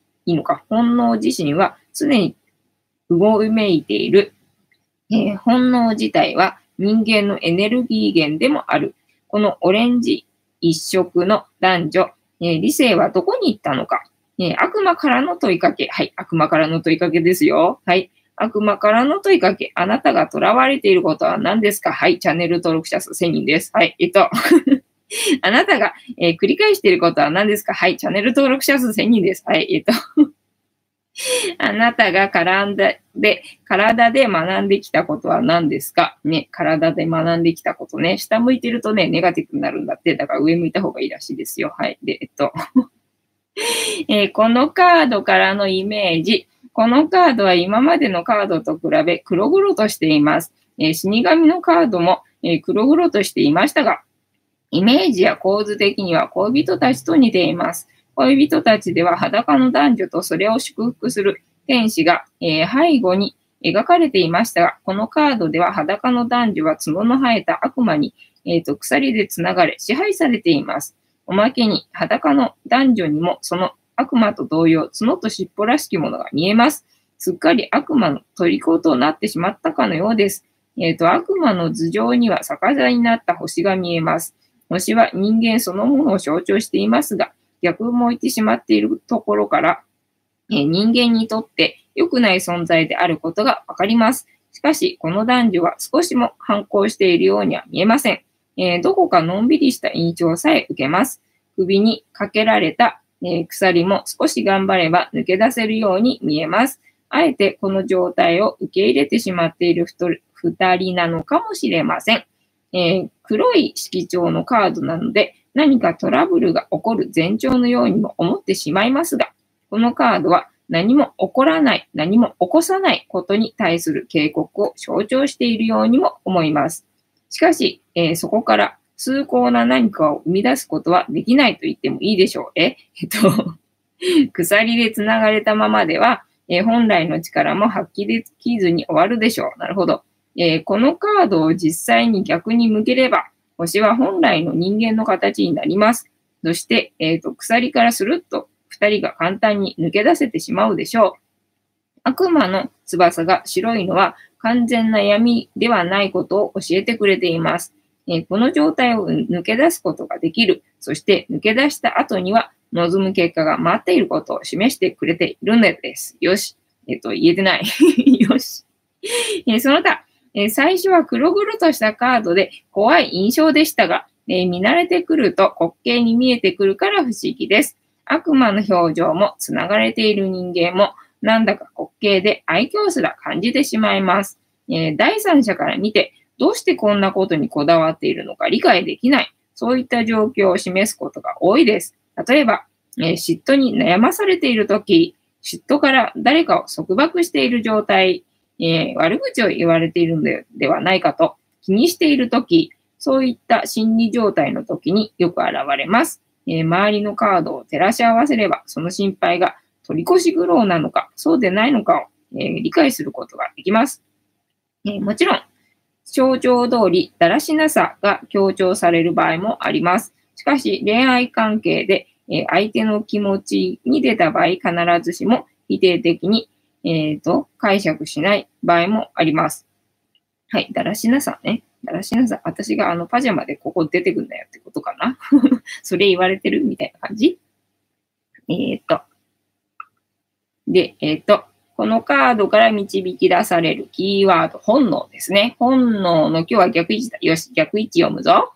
は常にうごめいている。本能自体は人間のエネルギー源でもある。このオレンジ一色の男女、理性はどこに行ったのか。悪魔からの問いかけ。はい、悪魔からの問いかけですよ。はい。悪魔からの問いかけ。あなたが囚われていることは何ですか？はい、チャンネル登録者数1000人です。はい、あなたが、繰り返していることは何ですか？はい、チャンネル登録者数1000人です。はい、あなたが体で学んできたことは何ですかね、体で学んできたことね。下向いてるとね、ネガティブになるんだって。だから上向いた方がいいらしいですよ。はい。で、このカードからのイメージ。このカードは今までのカードと比べ黒々としています。死神のカードも、黒々としていましたが、イメージや構図的には恋人たちと似ています。恋人たちでは裸の男女とそれを祝福する天使が、背後に描かれていましたが、このカードでは裸の男女は角の生えた悪魔に、鎖でつながれ支配されています。おまけに裸の男女にもその悪魔と同様、角と尻尾らしきものが見えます。すっかり悪魔の虜となってしまったかのようです。悪魔の頭上には逆さになった星が見えます。星は人間そのものを象徴していますが、逆を向いてしまっているところから、人間にとって良くない存在であることがわかります。しかし、この男女は少しも反抗しているようには見えません。どこかのんびりした印象さえ受けます。首にかけられた、鎖も少し頑張れば抜け出せるように見えます。あえてこの状態を受け入れてしまっている二人なのかもしれません。黒い色調のカードなので何かトラブルが起こる前兆のようにも思ってしまいますが、このカードは何も起こらない、何も起こさないことに対する警告を象徴しているようにも思います。しかし、そこから崇高な何かを生み出すことはできないと言ってもいいでしょう。鎖でつながれたままでは、本来の力も発揮できずに終わるでしょう。なるほど。このカードを実際に逆に向ければ、星は本来の人間の形になります。そして、鎖からスルッと二人が簡単に抜け出せてしまうでしょう。悪魔の翼が白いのは完全な闇ではないことを教えてくれています。この状態を抜け出すことができる。そして抜け出した後には望む結果が待っていることを示してくれているのです。よし。言えてない。よし。その他、最初は黒々としたカードで怖い印象でしたが、見慣れてくると滑稽に見えてくるから不思議です。悪魔の表情もつながれている人間もなんだか滑稽で愛嬌すら感じてしまいます。第三者から見てどうしてこんなことにこだわっているのか理解できない。そういった状況を示すことが多いです。例えば、嫉妬に悩まされているとき、嫉妬から誰かを束縛している状態、悪口を言われているのではないかと気にしているとき、そういった心理状態のときによく現れます。周りのカードを照らし合わせれば、その心配が取り越し苦労なのか、そうでないのかを、理解することができます。もちろん、象徴通りだらしなさが強調される場合もあります。しかし、恋愛関係で、相手の気持ちに出た場合、必ずしも否定的に、解釈しない場合もあります。はい、だらしなさね。だらしなさ。私がパジャマでここ出てくんだよってことかな。それ言われてるみたいな感じ。で、このカードから導き出されるキーワード、本能ですね。本能の今日は逆位置だ。よし、逆位置読むぞ。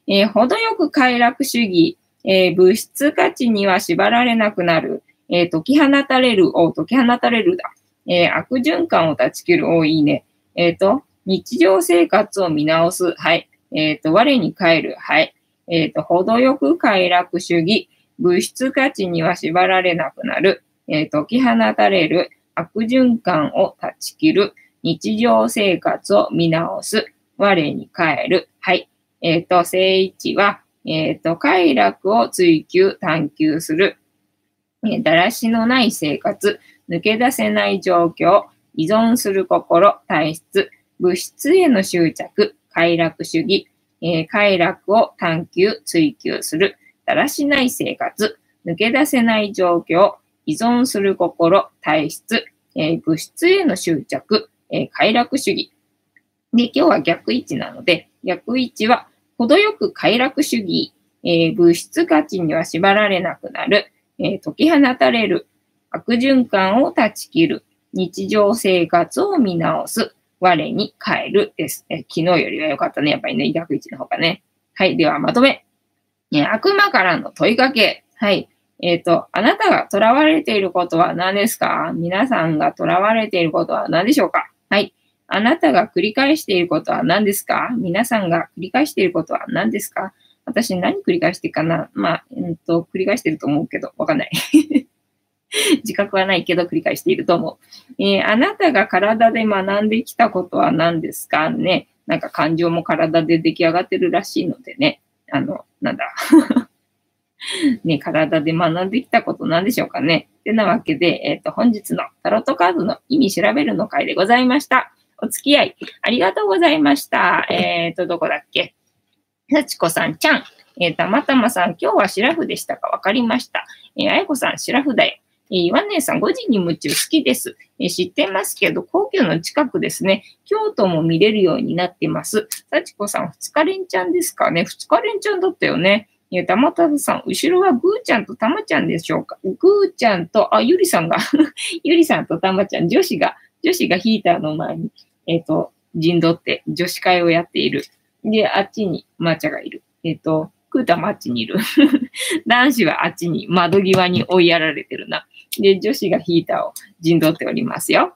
程よく快楽主義、物質価値には縛られなくなる、解き放たれる、解き放たれるだ。悪循環を断ち切る、いいね。日常生活を見直す、はい。我に返る、はい。程よく快楽主義、物質価値には縛られなくなる、解き放たれる、悪循環を断ち切る、日常生活を見直す、我に返る、はい。正一は、快楽を追求、探求する、だらしのない生活、抜け出せない状況、依存する心、体質、物質への執着、快楽主義、快楽を探求、追求する、だらしない生活、抜け出せない状況、依存する心、体質、物質への執着、快楽主義。で、今日は逆位置なので、逆位置は、程よく快楽主義、物質価値には縛られなくなる、解き放たれる、悪循環を断ち切る、日常生活を見直す、我に帰るです。昨日よりは良かったね。やっぱりね、逆位置の方がね。はい。ではまとめ。悪魔からの問いかけ。はい。あなたが囚われていることは何ですか？皆さんが囚われていることは何でしょうか？はい。あなたが繰り返していることは何ですか？皆さんが繰り返していることは何ですか？私何繰り返してるかな？繰り返してると思うけど、わかんない。自覚はないけど繰り返していると思う。あなたが体で学んできたことは何ですかね。なんか感情も体で出来上がってるらしいのでね。なんだ。ね、体で学んできたことなんでしょうかね。てなわけで、本日のタロットカードの意味調べるの回でございました。お付き合いありがとうございました。どこだっけ？幸子さん、ちゃん。たまたまさん、今日はシラフでしたか？わかりました。あやこさん、シラフだよ。岩根さん、5時に夢中好きです。知ってますけど、皇居の近くですね。京都も見れるようになってます。幸子さん、2日連チャンですかね。2日連チャンだったよね。たまたまさん、後ろはぐーちゃんとたまちゃんでしょうか。ぐーちゃんと、ゆりさんが、ゆりさんとたまちゃん、女子がヒーターの前に、陣取って女子会をやっている。で、あっちにマーチャがいる。クータもあっちにいる。男子はあっちに窓際に追いやられてるな。で、女子がヒーターを陣取っておりますよ。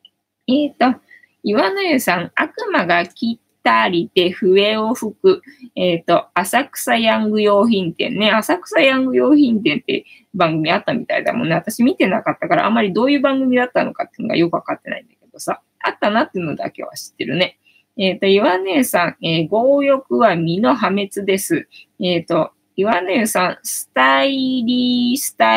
岩の湯さん、悪魔が来たりて笛を吹く。浅草ヤング用品店ね。浅草ヤング用品店って番組あったみたいだもんね。私見てなかったから、あんまりどういう番組だったのかっていうのがよくわかってないんだけどさ。あったなっていうのだけは知ってるね。岩根さん、強欲は身の破滅です。岩根さん、スタイリ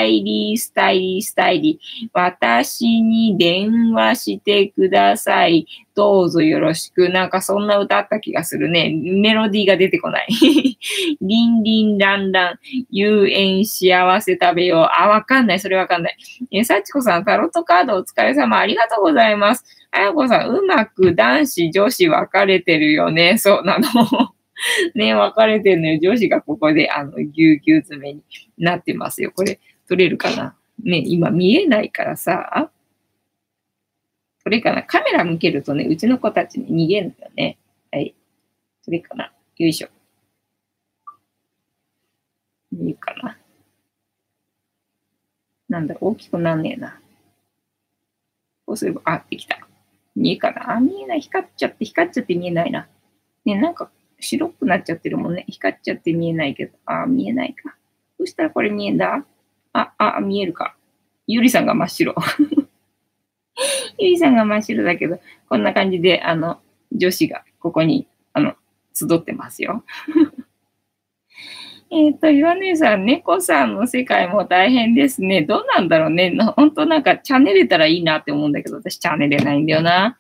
ー。私に電話してください。どうぞよろしく。なんかそんな歌あった気がするね。メロディーが出てこない。リンリンランラン、遊園幸せ食べよう。わかんない。それわかんない。幸子さん、タロットカードお疲れ様。ありがとうございます。あやこさん、うまく男子、女子分かれてるよね。そうなの。ね、分かれてるのよ。女子がここで、ぎゅうぎゅう詰めになってますよ。これ、取れるかな？ね、今見えないからさ。取れかな？カメラ向けるとね、うちの子たちに逃げるんだよね。はい。取れかな？よいしょ。見えるかな？なんだ、大きくなんねえな。こうすれば、できた。見えかな？見えない。光っちゃって見えないな。ね、なんか白くなっちゃってるもんね。光っちゃって見えないけど。見えないか。どうしたらこれ見えんだ？見えるか。ゆりさんが真っ白。ゆりさんが真っ白だけど、こんな感じで、女子がここに、集ってますよ。岩根さん、猫さんの世界も大変ですね。どうなんだろうね。ほんとなんかチャンネルれたらいいなって思うんだけど、私チャンネルれないんだよな。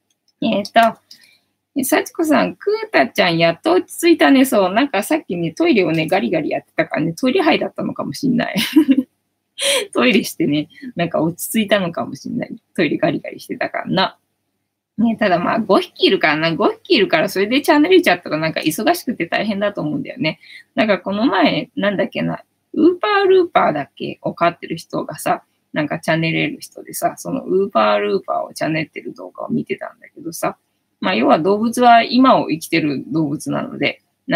幸子さん、クータちゃんやっと落ち着いたね。そう、なんかさっきね、トイレをね、ガリガリやってたからね、トイレ杯だったのかもしんない。トイレしてね、なんか落ち着いたのかもしんない。トイレガリガリしてたからな。ね、ただまあ5匹いるからな、5匹いるからそれでチャンネルちゃったらなんか忙しくて大変だと思うんだよね。なんかこの前、なんだっけな、ウーパールーパーだっけを飼ってる人がさ、なんかチャンネルる人でさ、そのウーパールーパーをチャンネルってる動画を見てたんだけどさ、まあ要は動物は今を生きてる動物なので、なんだ、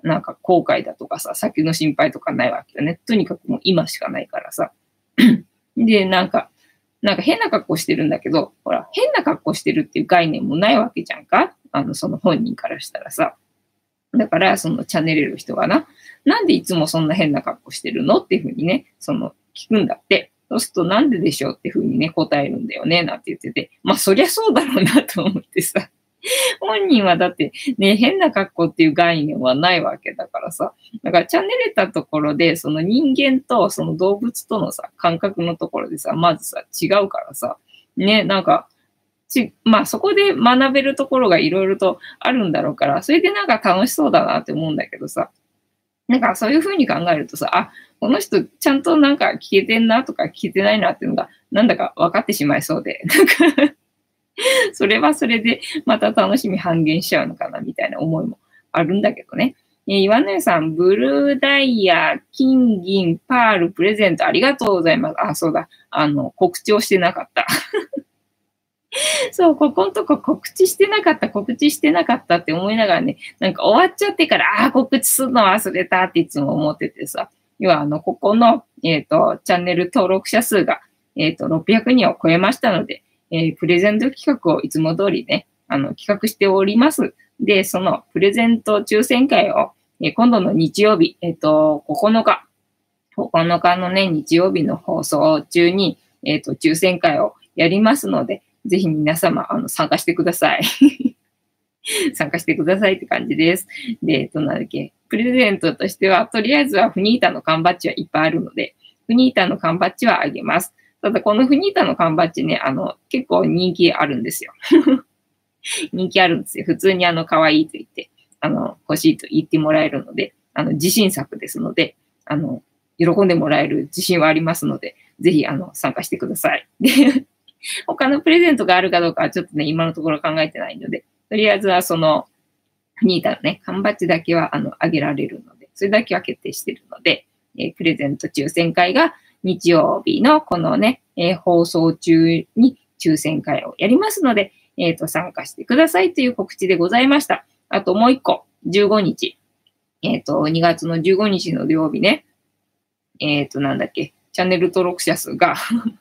なんか後悔だとかさ、先の心配とかないわけだね。とにかくもう今しかないからさ。で、なんか変な格好してるんだけど、ほら、変な格好してるっていう概念もないわけじゃんか、その本人からしたらさ。だから、そのチャンネルの人がな、なんでいつもそんな変な格好してるのっていうふうにね、聞くんだって。そうすると、なんででしょうっていうふうにね、答えるんだよね、なんて言ってて。まあ、そりゃそうだろうなと思ってさ。本人はだってね、変な格好っていう概念はないわけだからさ。だからチャンネルたところで、その人間とその動物とのさ、感覚のところでさ、まずさ、違うからさ。ね、まあそこで学べるところがいろいろとあるんだろうから、それでなんか楽しそうだなって思うんだけどさ。なんかそういうふうに考えるとさ、あ、この人ちゃんとなんか聞けてんなとか聞けてないなっていうのが、なんだか分かってしまいそうで。なんかそれはそれでまた楽しみ半減しちゃうのかなみたいな思いもあるんだけどね。岩根さん、ブルーダイヤ、金銀、パール、プレゼントありがとうございます。あ、そうだ。告知をしてなかった。そう、ここのとこ告知してなかったって思いながらね、なんか終わっちゃってから、告知するの忘れたっていつも思っててさ、要はここの、チャンネル登録者数が、600人を超えましたので、プレゼント企画をいつも通りね、企画しております。で、そのプレゼント抽選会を、今度の日曜日、9日のね、日曜日の放送中に、抽選会をやりますので、ぜひ皆様、参加してください。参加してくださいって感じです。で、なんだっけ、プレゼントとしては、とりあえずはフニータの缶バッジはいっぱいあるので、フニータの缶バッジはあげます。ただ、このフニータの缶バッジね、結構人気あるんですよ。人気あるんですよ。普通に可愛いと言って、欲しいと言ってもらえるので、自信作ですので、喜んでもらえる自信はありますので、ぜひ、参加してください。で、他のプレゼントがあるかどうかはちょっとね、今のところ考えてないので、とりあえずはフニータのね、缶バッジだけは、あげられるので、それだけは決定しているので、プレゼント抽選会が日曜日のこのね、放送中に抽選会をやりますので、参加してくださいという告知でございました。あともう一個、15日。2月の15日の土曜日ね。なんだっけ、チャンネル登録者数が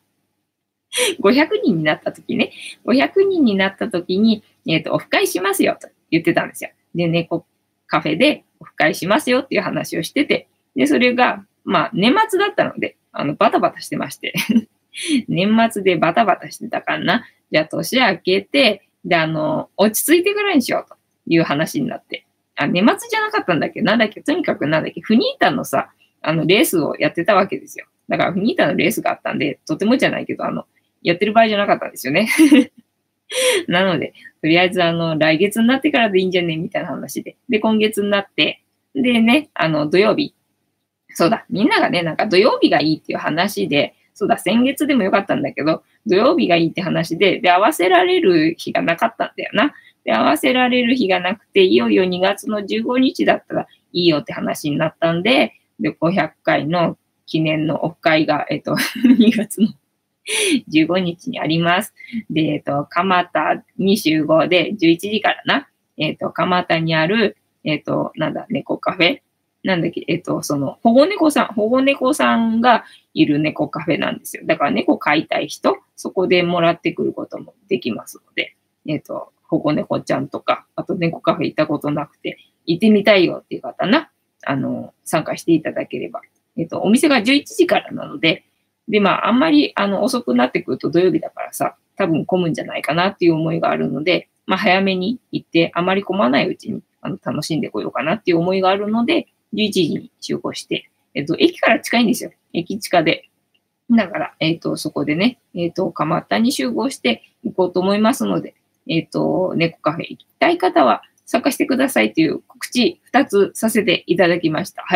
500人になった時ね、500人になった時に、オフ会しますよと言ってたんですよ。で、猫カフェでオフ会しますよっていう話をしてて、で、それが、まあ、年末だったので、バタバタしてまして年末でバタバタしてたからな。じゃあ、年明けて、で、落ち着いてからにしようという話になって。年末じゃなかったんだっけなんだっけとにかくなんだっけフニータのさ、レースをやってたわけですよ。だから、フニータのレースがあったんで、とてもじゃないけど、やってる場合じゃなかったんですよね。なので、とりあえず来月になってからでいいんじゃねみたいな話で。で、今月になって、でね、土曜日。そうだ、みんながね、なんか土曜日がいいっていう話で、そうだ、先月でもよかったんだけど、土曜日がいいって話で、合わせられる日がなかったんだよな。で、合わせられる日がなくて、いよいよ2月の15日だったらいいよって話になったんで、で、500回の記念のオフ会が、2月の15日にあります。で、蒲田に集合で11時からな、蒲田にある、なんだ、猫カフェなんだっけ、保護猫さんがいる猫カフェなんですよ。だから猫飼いたい人、そこでもらってくることもできますので、保護猫ちゃんとか、あと猫カフェ行ったことなくて、行ってみたいよっていう方な、参加していただければ。お店が11時からなので、で、まあ、あんまり、遅くなってくると土曜日だからさ、多分混むんじゃないかなっていう思いがあるので、まあ、早めに行って、あまり混まないうちに、楽しんでこようかなっていう思いがあるので、11時に集合して、駅から近いんですよ。駅近で。だから、そこでね、蒲田に集合して行こうと思いますので、猫カフェ行きたい方は参加してくださいという告知2つさせていただきました。はい。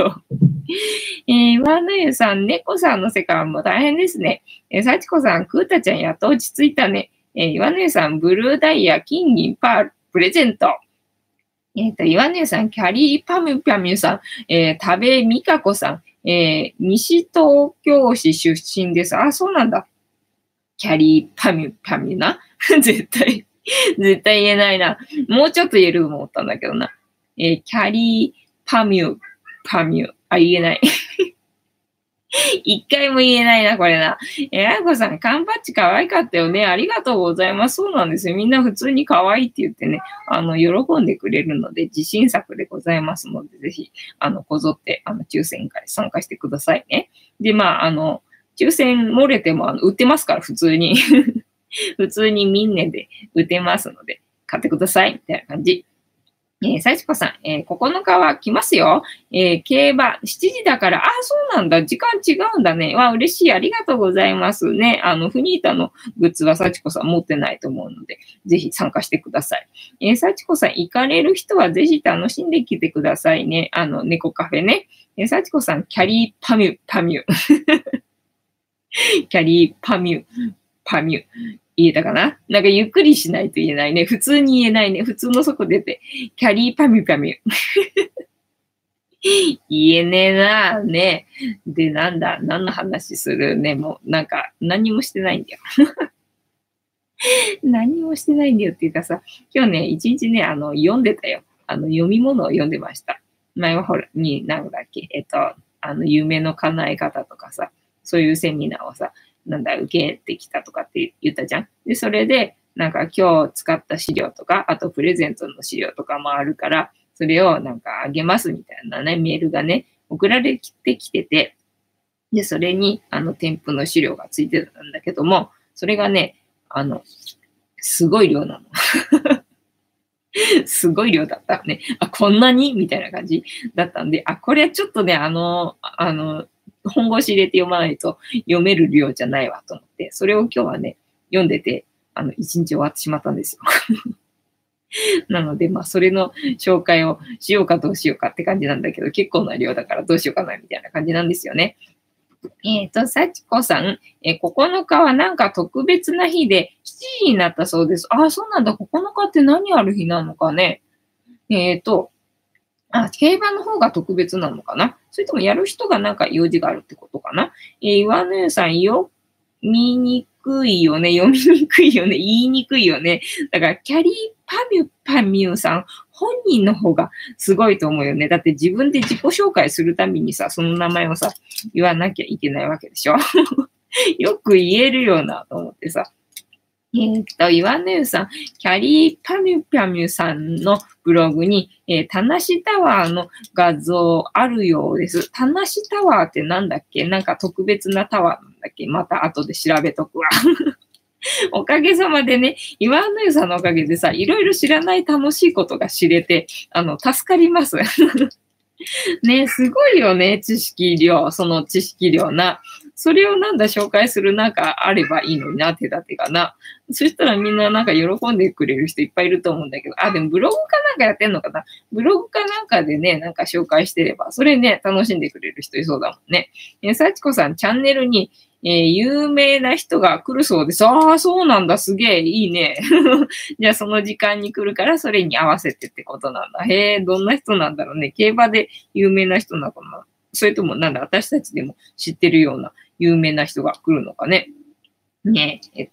ワンナユさん、猫さんの世界はもう大変ですね。サチコさん、クータちゃんやっと落ち着いたね。ワンナユさん、ブルーダイヤ、金銀、パール、プレゼント。岩根さん、キャリーパミュパミュさん、多部美香子さん、西東京市出身です。あ、そうなんだ。キャリーパミュパミュな。絶対言えないな。もうちょっと言えると思ったんだけどな。 キャリーパミュ、言えない。一回も言えないな、これな。あやこさん、缶バッジ可愛かったよね。ありがとうございます。そうなんですよ。みんな普通に可愛いって言ってね、喜んでくれるので、自信作でございますので、ぜひ、こぞって、抽選会参加してくださいね。で、抽選漏れても、売ってますから、普通に。普通にミンネで売ってますので、買ってください。みたいな感じ。幸子さん、9日は来ますよ。競馬、7時だから、あ、そうなんだ、時間違うんだね。わ、嬉しい、ありがとうございますね。フニータのグッズは幸子さん持ってないと思うので、ぜひ参加してください。幸子さん、行かれる人はぜひ楽しんできてくださいね。猫カフェね。幸子さん、キャリーパミュ。キャリーパミュ。言えたかな。なんかゆっくりしないと言えないね。普通に言えないね。普通のそこ出て。キャリーパミュ。言えねえなね。で、何の話するね。もう、なんか、何もしてないんだよ。何もしてないんだよっていうかさ、今日ね、一日ね、読んでたよ。読み物を読んでました。前はほら、なんだっけ、夢の叶え方とかさ、そういうセミナーをさ、受けてきたとかって言ったじゃん。で、それで、なんか今日使った資料とか、あとプレゼントの資料とかもあるから、それをなんかあげますみたいなね、メールがね、送られてきてて、で、それに、添付の資料がついてたんだけども、それがね、すごい量なの。すごい量だったね。あ、こんなにみたいな感じだったんで、あ、これはちょっとね、本腰入れて読まないと読める量じゃないわと思って、それを今日はね、読んでて、一日終わってしまったんですよ。なので、それの紹介をしようかどうしようかって感じなんだけど、結構な量だからどうしようかなみたいな感じなんですよね。幸子さん、9日はなんか特別な日で7時になったそうです。あ、そうなんだ。9日って何ある日なのかね。競馬の方が特別なのかな。それともやる人がなんか用事があるってことかな。岩野さん、読みにくいよね。言いにくいよね。だから、キャリーパミュさん、本人の方がすごいと思うよね。だって自分で自己紹介するためにさ、その名前をさ、言わなきゃいけないわけでしょ。よく言えるよな、と思ってさ。岩根さん、キャリーパミュさんのブログに、田無タワーの画像あるようです。田無タワーってなんだっけ？なんか特別なタワーなんだっけ？また後で調べとくわ。おかげさまでね、岩根さんのおかげでさ、いろいろ知らない楽しいことが知れて、助かります。ね、すごいよね、その知識量な。それを紹介するなんかあればいいのにな、手立てがな。そしたらみんななんか喜んでくれる人いっぱいいると思うんだけど、でもブログかなんかやってんのかな。ブログかなんかでね、なんか紹介してれば、それね、楽しんでくれる人いそうだもんね。幸子さん、チャンネルに、有名な人が来るそうです。ああ、そうなんだ。すげえ、いいね。じゃあその時間に来るから、それに合わせてってことなんだ。へえ、どんな人なんだろうね。競馬で有名な人なのかな。それとも私たちでも知ってるような有名な人が来るのかね。ねえ、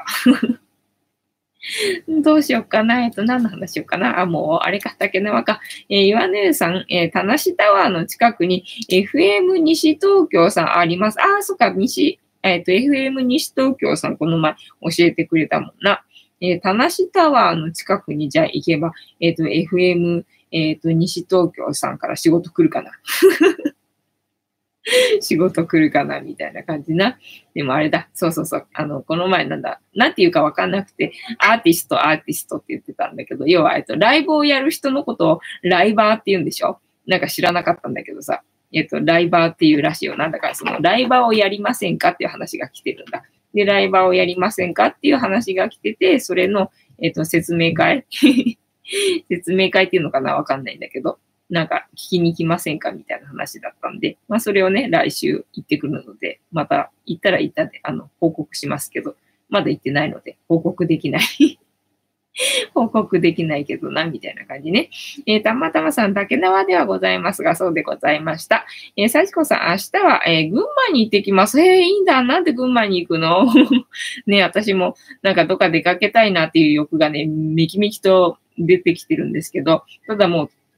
どうしようかな。何の話しようかな。もう、あれか、竹縄か。岩根さん、田無タワーの近くに、FM 西東京さんあります。そっか、FM 西東京さん、この前教えてくれたもんな。田無タワーの近くにじゃあ行けば、FM、西東京さんから仕事来るかな。仕事来るかなみたいな感じな。でもあれだ。そう。この前なんて言うかわかんなくて、アーティストって言ってたんだけど、要は、ライブをやる人のことをライバーって言うんでしょ？なんか知らなかったんだけどさ。ライバーっていうらしいよ。なんだからそのライバーをやりませんかっていう話が来てるんだ。で、ライバーをやりませんかっていう話が来てて、それの、説明会説明会っていうのかなわかんないんだけど、なんか聞きに来ませんかみたいな話だったんで、それをね、来週行ってくるので、また行ったら行ったで、報告しますけど、まだ行ってないので、報告できない。報告できないけどな、みたいな感じね。たまたまさん、竹縄ではございますが、そうでございました。幸子さん、明日は、群馬に行ってきます。いいんだ。なんで群馬に行くのね、私も、なんかどっか出かけたいなっていう欲がね、めきめきと出てきてるんですけど、ただもう、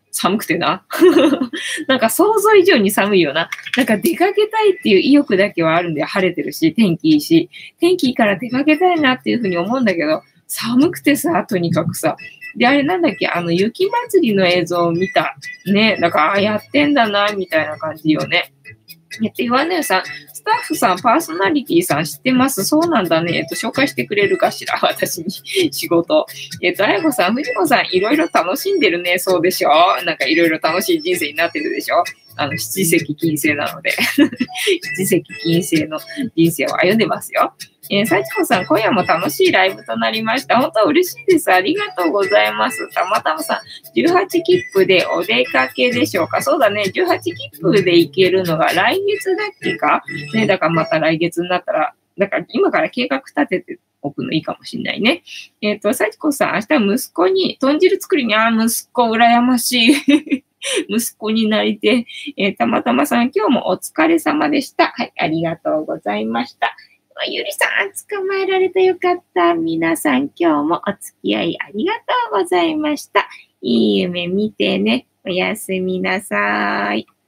寒くてな。なんか想像以上に寒いよな。なんか出かけたいっていう意欲だけはあるんで、晴れてるし、天気いいし、天気いいから出かけたいなっていうふうに思うんだけど、寒くてさ、とにかくさ。で、あれなんだっけ、雪祭りの映像を見た。ね、なんか、やってんだな、みたいな感じよね。言わねえさん、スタッフさん、パーソナリティさん知ってます？そうなんだね。紹介してくれるかしら私に仕事。あやこさん、藤子さん、いろいろ楽しんでるね。そうでしょ？なんかいろいろ楽しい人生になってるでしょ？七石金星なので。七石金星の人生を歩んでますよ。幸子さん、今夜も楽しいライブとなりました。本当嬉しいです。ありがとうございます。たまたまさん、18切符でお出かけでしょうか？そうだね。18切符で行けるのが来月だっけかね、だからまた来月になったら、だから今から計画立てておくのいいかもしれないね。幸子さん、明日息子に豚汁作りに、息子羨ましい。息子になりて、たまたまさん、今日もお疲れ様でした。はい、ありがとうございました。ゆりさん、捕まえられてよかった。皆さん、今日もお付き合いありがとうございました。いい夢見てね。おやすみなさい。